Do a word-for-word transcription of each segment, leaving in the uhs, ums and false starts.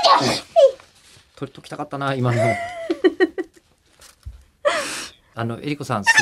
取りときたかったな今のあのえりこさんす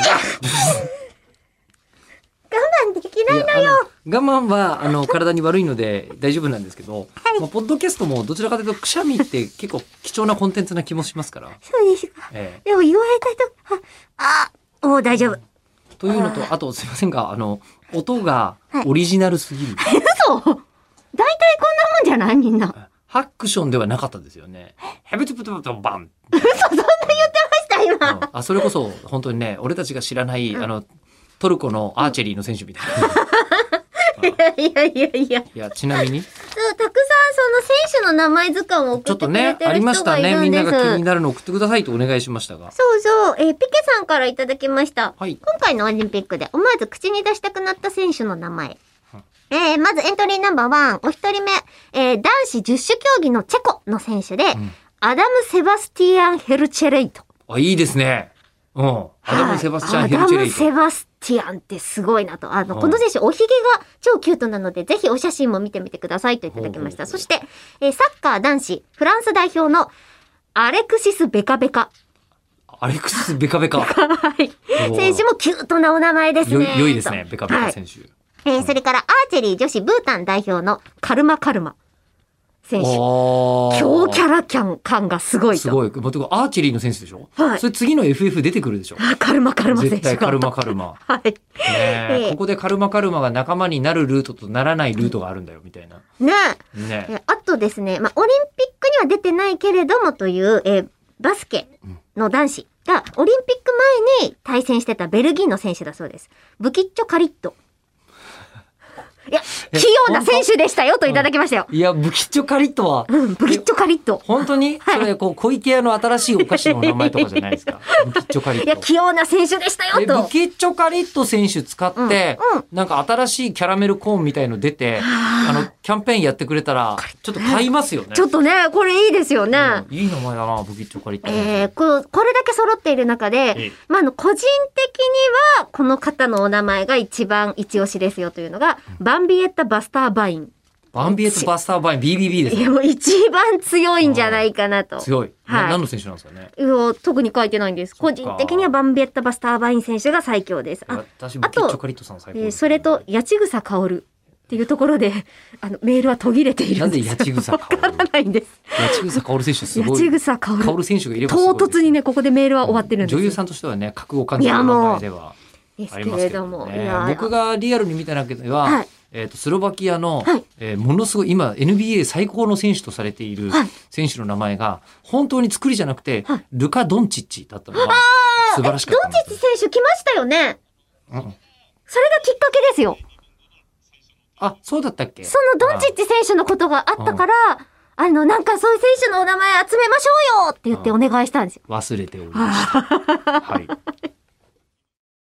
我慢できないのよ。 我慢はあの体に悪いので大丈夫なんですけど、はいまあ、ポッドキャストもどちらかというとくしゃみって結構貴重なコンテンツな気もしますから。 そうですか、ええ、でも言われたとああもう大丈夫というのと、あとすいませんがあの音がオリジナルすぎる、 はい、嘘大体こんなもんじゃないみんな。 ハックションではなかったですよね。ヘブツブツブツバン嘘そんな言ってました今、 うん、あそれこそ本当にね俺たちが知らない、うん、あのトルコのアーチェリーの選手みたいな、 うん、いやいやいやいやいやちなみにそうたくさんその選手の名前図鑑を送ってくれてる人がいるんです。ちょっとねありましたね。 みんなが気になるのを送ってくださいとお願いしましたが、 そうそう、えー、ピケさんからいただきました、 はい、 今回のオリンピックで思わず口に出したくなった選手の名前、うんえー、まずエントリーナンバーワンお一人目、えー、男子十種競技のチェコの選手で、うん、アダム・セバスティアン・ヘルチェレイト。 あいいですね。うん、アダム・セバスチャン・ヘルチェレイト。 アダム・セバスティアンってすごいなと。あの、うん、この選手、おひげが超キュートなので、ぜひお写真も見てみてくださいといただきました。そして、えー、サッカー男子、フランス代表のアレクシス・ベカベカ。 アレクシス・ベカベカ。 はい。選手もキュートなお名前ですね。 よ、良いですね、ベカベカ選手。はいえー、それからアーチェリー女子ブータン代表のカルマカルマ選手。強キャラキャン感がすごいと。 すごい。アーチェリーの選手でしょ。 はい。 それ次の エフエフ 出てくるでしょ。 カルマカルマ選手。 絶対カルマカルマ。 はい。ねえー、ここでカルマカルマが仲間になるルートとならないルートがあるんだよみたいな。 ねえ。ねえ。あとですね、まあオリンピックには出てないけれどもという、えー、バスケの男子がオリンピック前に対戦してたベルギーの選手だそうです。ブキッチョカリット。いや、器用な選手でしたよといただきましたよ。 うん、いや、ブキッチョカリットは。 うん、ブキッチョカリット。 本当に、はい、それ、こう、小池屋の新しいお菓子の名前とかじゃないですか。ブキッチョカリット。 いや、器用な選手でしたよと。 ブキッチョカリット選手使って、うんうん、なんか新しいキャラメルコーンみたいの出て、あの、キャンペーンやってくれたら、ちょっと買いますよね。 ちょっとね、これいいですよね。 うん、いい名前だな、ブキッチョカリット。 えー、こ, これだけ揃っている中で、ええ、まあ、あの、個人的には、この方のお名前が一番一押しですよというのが、うん、バンビエッタ・バスターバイン。 バンビエッタ・バスターバイン ビービービー ですね。 いやもう一番強いんじゃないかなと。 強い。はい、何の選手なんですかね。 いや特に書いてないんです。個人的にはバンビエッタ・バスターバイン選手が最強です。 あ、私ブキッチョカリットさん最高です、ね。 えー、それと八千草薫っていうところであのメールは途切れているんです。 なぜ八千草薫？ わからないんです。 八千草薫選手すごい。 八千草薫。 薫選手がいればすごい、ね。 唐突にねここでメールは終わってるんです。 女優さんとしてはね覚悟を感じる名前ではありますけれども、ね、ですけれども僕がリアルに見た中では。はいえー、とスロバキアの、はいえー、ものすごい今 エヌビーエー 最高の選手とされている選手の名前が本当に作りじゃなくて、はい、ルカ・ドンチッチだったのが素晴らしかった。 ドンチッチ選手来ましたよね、うん、それがきっかけですよ。 あ、そうだったっけ。 そのドンチッチ選手のことがあったからあ, あのなんかそういう選手のお名前集めましょうよって言ってお願いしたんですよ。 忘れておりましたはい